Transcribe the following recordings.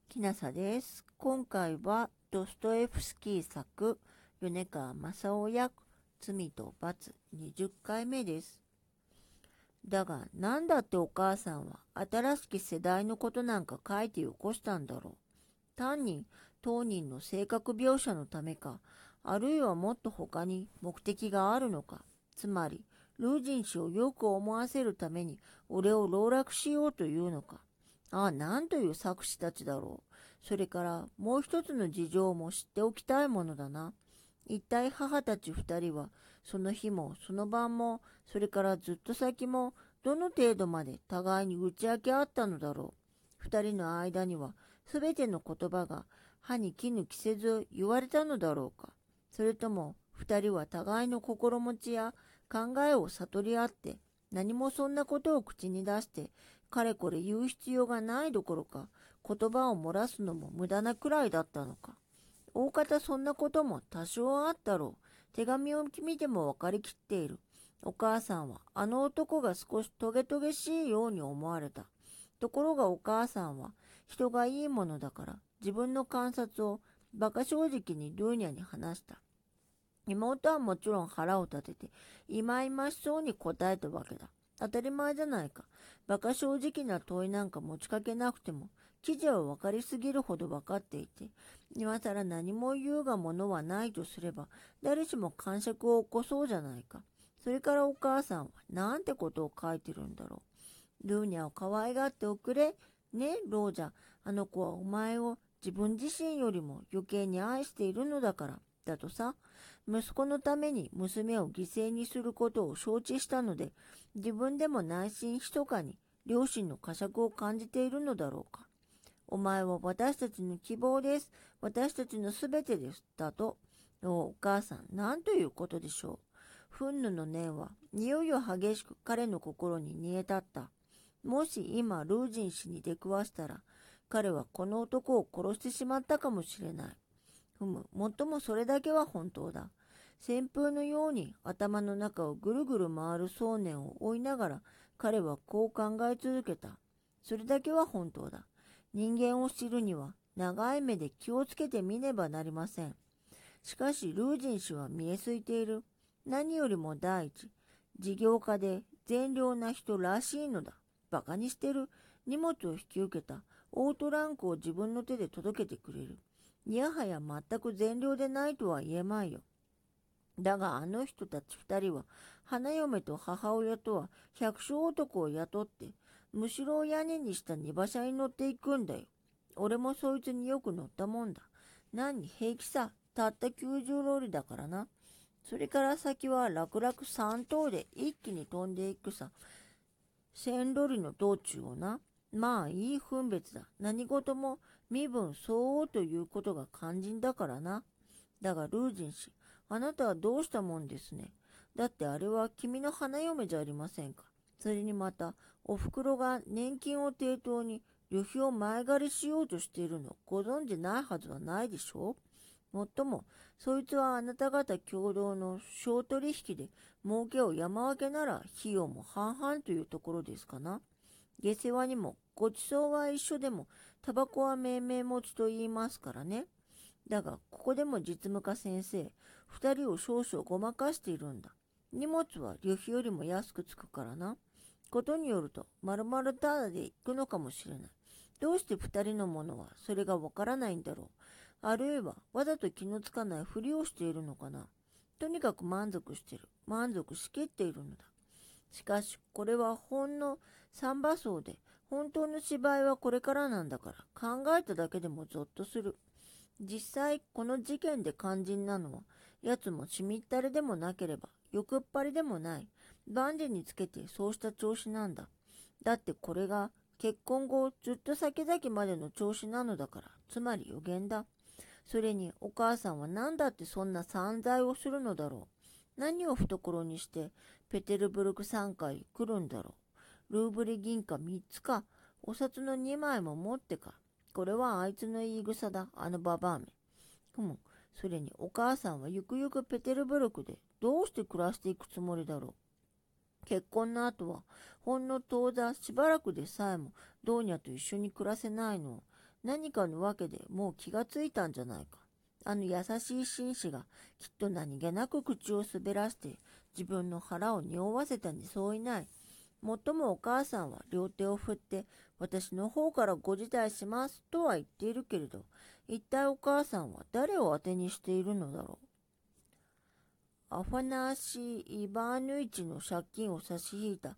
きなさです。今回はドストエフスキー作米川正夫役罪と罰20回目です。だがなんだってお母さんは新しき世代のことなんか書いてよこしたんだろう。単に当人の性格描写のためか、あるいはもっと他に目的があるのか。つまりルージン氏をよく思わせるために俺を籠絡しようというのか。ああ、なんという作詞たちだろう。それからもう一つの事情も知っておきたいものだな。一体母たち二人はその日もその晩もそれからずっと先もどの程度まで互いに打ち明け合ったのだろう。二人の間にはすべての言葉が歯に衣着せず言われたのだろうか。それとも二人は互いの心持ちや考えを悟り合って何もそんなことを口に出してかれこれ言う必要がないどころか言葉を漏らすのも無駄なくらいだったのか。大方そんなことも多少あったろう。手紙を見ても分かりきっている。お母さんはあの男が少しトゲトゲしいように思われた。ところがお母さんは人がいいものだから自分の観察を馬鹿正直にルーニャに話した。妹はもちろん腹を立てて、いまいましそうに答えたわけだ。当たり前じゃないか。馬鹿正直な問いなんか持ちかけなくても、記事は分かりすぎるほど分かっていて、今更何も言うがものはないとすれば、誰しも感触を起こそうじゃないか。それからお母さんはなんてことを書いてるんだろう。ルーニャを可愛がっておくれ。ね、ロージャ。あの子はお前を自分自身よりも余計に愛しているのだから。だとさ。息子のために娘を犠牲にすることを承知したので、自分でも内心密かに両親の呵責を感じているのだろうか。お前は私たちの希望です。私たちのすべてです。だと。お母さん、なんということでしょう。憤怒の念はいよいよ激しく彼の心に煮え立った。もし今ルージン氏に出くわしたら、彼はこの男を殺してしまったかもしれない。もっともそれだけは本当だ。旋風のように頭の中をぐるぐる回る想念を追いながら彼はこう考え続けた。それだけは本当だ。人間を知るには長い目で気をつけてみねばなりません。しかしルージン氏は見えすいている。何よりも第一、事業家で善良な人らしいのだ。馬鹿にしてる。荷物を引き受けたオートランクを自分の手で届けてくれる。いやはや全く善良でないとは言えまいよ。だがあの人たち二人は花嫁と母親とは百姓男を雇ってむしろを屋根にした荷馬車に乗っていくんだよ。俺もそいつによく乗ったもんだ。何平気さ。たった90ローリだからな。それから先は楽々3頭で一気に飛んでいくさ。千ロリの道中をな。まあいい分別だ。何事も身分相応ということが肝心だからな。だがルージン氏、あなたはどうしたもんですね。だってあれは君の花嫁じゃありませんか。それにまた、お袋が年金を抵当に旅費を前借りしようとしているのをご存じないはずはないでしょう。もっとも、そいつはあなた方共同の商取引で儲けを山分けなら費用も半々というところですかな。下世話にもごちそうは一緒でもタバコは命名持ちと言いますからね。だがここでも実務家先生、二人を少々ごまかしているんだ。荷物は旅費よりも安くつくからな。ことによると丸々タダで行くのかもしれない。どうして二人のものはそれがわからないんだろう。あるいはわざと気のつかないふりをしているのかな。とにかく満足している。満足しきっているのだ。しかしこれはほんの三馬荘で、本当の芝居はこれからなんだから考えただけでもゾッとする。実際この事件で肝心なのは、奴もしみったれでもなければ欲っ張りでもない、万事につけてそうした調子なんだ。だってこれが結婚後ずっと先々までの調子なのだから、つまり予言だ。それにお母さんは何だってそんな散財をするのだろう。何を懐にしてペテルブルク3回来るんだろう。ルーブリ銀貨3つか、お札の2枚も持ってか。これはあいつの言い草だ、あのババアめ。それにお母さんはゆくゆくペテルブルクでどうして暮らしていくつもりだろう。結婚の後はほんの当座しばらくでさえもドーニャと一緒に暮らせないのを何かのわけでもう気がついたんじゃないか。あの優しい紳士がきっと何気なく口を滑らして自分の腹を匂わせたにそういない。もっともお母さんは両手を振って私の方からご辞退しますとは言っているけれど、一体お母さんは誰を当てにしているのだろう。アファナーシー・イバーヌイチの借金を差し引いた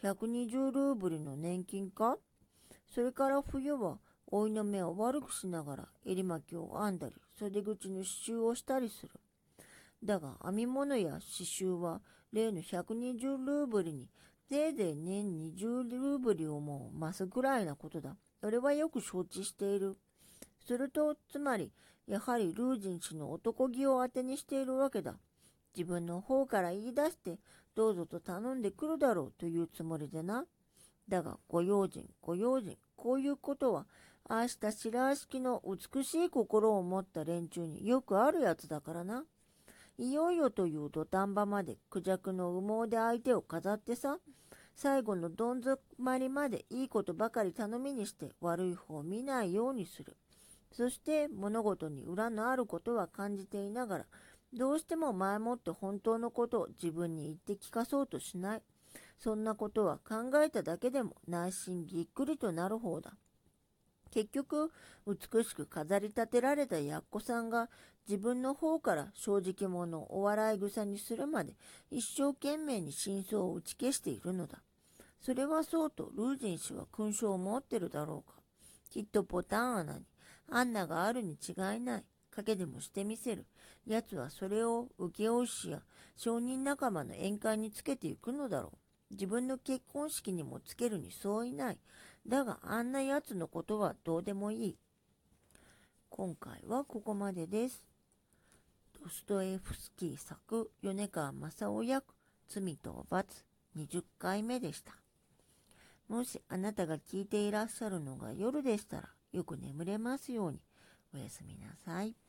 120ルーブルの年金か。それから冬は老いの目を悪くしながら襟巻きを編んだり袖口の刺繍をしたりする。だが編み物や刺繍は例の120ルーブルにせいぜい年20ルーブルをも増すくらいなことだ。俺はよく承知している。すると、つまり、やはりルージン氏の男気を当てにしているわけだ。自分の方から言い出して、どうぞと頼んでくるだろうというつもりでな。だが、ご用心、ご用心、こういうことは、ああした白式の美しい心を持った連中によくあるやつだからな。いよいよという土壇場までクジャクの羽毛で相手を飾ってさ、最後のどん詰まりまでいいことばかり頼みにして悪い方を見ないようにする。そして物事に裏のあることは感じていながら、どうしても前もって本当のことを自分に言って聞かそうとしない。そんなことは考えただけでも内心ぎっくりとなる方だ。結局、美しく飾り立てられたやっこさんが自分の方から正直者をお笑い草にするまで一生懸命に真相を打ち消しているのだ。それはそうとルージン氏は勲章を持ってるだろうか。きっとボタン穴にアンナがあるに違いない。賭けでもしてみせる。奴はそれを請負師や商人仲間の宴会につけていくのだろう。自分の結婚式にもつけるにそういない。だがあんな奴のことはどうでもいい。今回はここまでです。ドストエフスキー作米川正夫役罪と罰20回目でした。もしあなたが聞いていらっしゃるのが夜でしたらよく眠れますように。おやすみなさい。